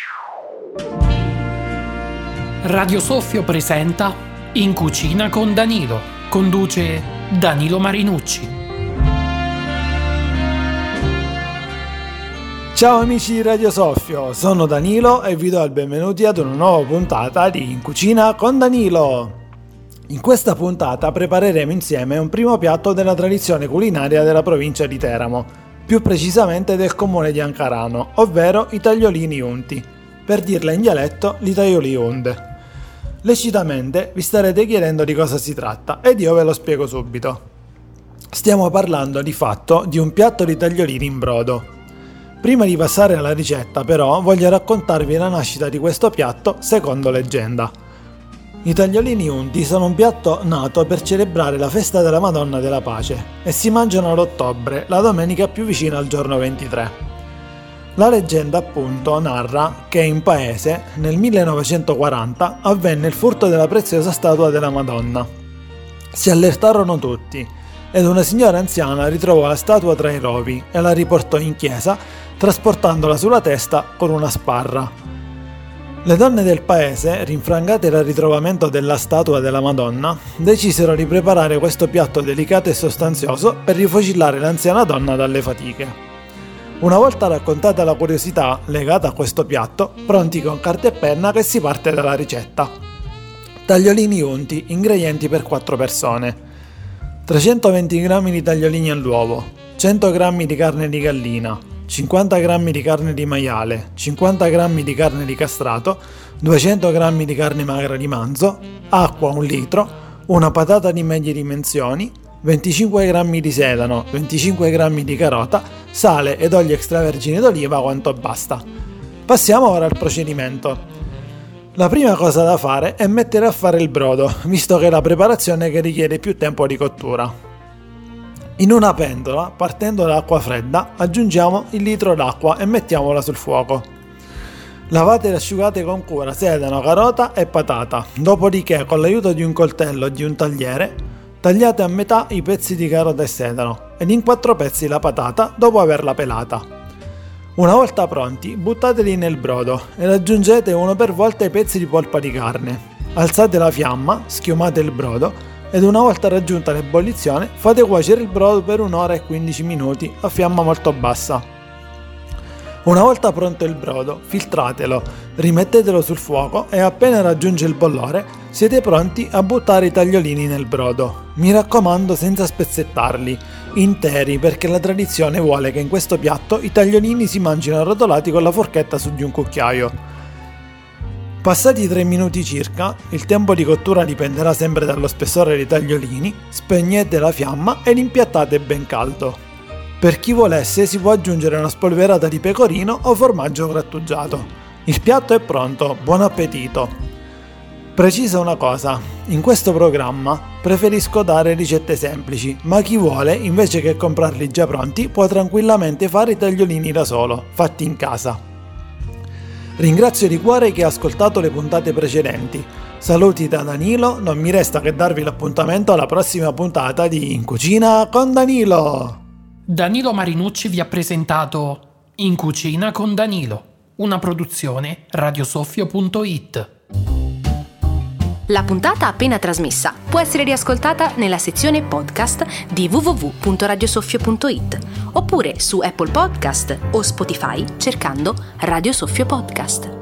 Radio Soffio presenta In cucina con Danilo. Conduce Danilo Marinucci. Ciao amici di Radio Soffio, sono Danilo e vi do il benvenuti ad una nuova puntata di In cucina con Danilo. In questa puntata prepareremo insieme un primo piatto della tradizione culinaria della provincia di Teramo, più precisamente del comune di Ancarano, ovvero i tagliolini unti, per dirla in dialetto li taglioli unde. Lecitamente vi starete chiedendo di cosa si tratta ed io ve lo spiego subito. Stiamo parlando di fatto di un piatto di tagliolini in brodo. Prima di passare alla ricetta però voglio raccontarvi la nascita di questo piatto secondo leggenda. I tagliolini unti sono un piatto nato per celebrare la festa della Madonna della Pace e si mangiano ad ottobre, la domenica più vicina al giorno 23. La leggenda appunto narra che in paese nel 1940 avvenne il furto della preziosa statua della Madonna. Si allertarono tutti ed una signora anziana ritrovò la statua tra i rovi e la riportò in chiesa trasportandola sulla testa con una sparra. Le donne del paese, rinfrancate dal ritrovamento della statua della Madonna, decisero di preparare questo piatto delicato e sostanzioso per rifocillare l'anziana donna dalle fatiche. Una volta raccontata la curiosità legata a questo piatto, pronti con carta e penna che si parte dalla ricetta. Tagliolini unti, ingredienti per 4 persone. 320 g di tagliolini all'uovo, 100 g di carne di gallina, 50 g di carne di maiale, 50 g di carne di castrato, 200 g di carne magra di manzo, acqua 1 litro, una patata di medie dimensioni, 25 g di sedano, 25 g di carota, sale ed olio extravergine d'oliva quanto basta. Passiamo ora al procedimento. La prima cosa da fare è mettere a fare il brodo, visto che è la preparazione che richiede più tempo di cottura. In una pentola, partendo dall'acqua fredda, aggiungiamo il litro d'acqua e mettiamola sul fuoco. Lavate ed asciugate con cura sedano, carota e patata, dopodiché con l'aiuto di un coltello o di un tagliere tagliate a metà i pezzi di carota e sedano ed in 4 pezzi la patata dopo averla pelata. Una volta pronti, buttateli nel brodo ed aggiungete uno per volta i pezzi di polpa di carne. Alzate la fiamma, schiumate il brodo ed una volta raggiunta l'ebollizione fate cuocere il brodo per 1 ora e 15 minuti a fiamma molto bassa. Una volta pronto il brodo, filtratelo, rimettetelo sul fuoco e appena raggiunge il bollore siete pronti a buttare i tagliolini nel brodo. Mi raccomando senza spezzettarli, interi, perché la tradizione vuole che in questo piatto i tagliolini si mangino arrotolati con la forchetta su di un cucchiaio. Passati 3 minuti circa, il tempo di cottura dipenderà sempre dallo spessore dei tagliolini, spegnete la fiamma ed impiattate ben caldo. Per chi volesse si può aggiungere una spolverata di pecorino o formaggio grattugiato. Il piatto è pronto, buon appetito! Precisa una cosa, in questo programma preferisco dare ricette semplici, ma chi vuole, invece che comprarli già pronti, può tranquillamente fare i tagliolini da solo, fatti in casa. Ringrazio di cuore chi ha ascoltato le puntate precedenti. Saluti da Danilo, non mi resta che darvi l'appuntamento alla prossima puntata di In cucina con Danilo! Danilo Marinucci vi ha presentato In cucina con Danilo, una produzione radiosoffio.it. La puntata appena trasmessa può essere riascoltata nella sezione podcast di www.radiosoffio.it oppure su Apple Podcast o Spotify cercando Radio Soffio Podcast.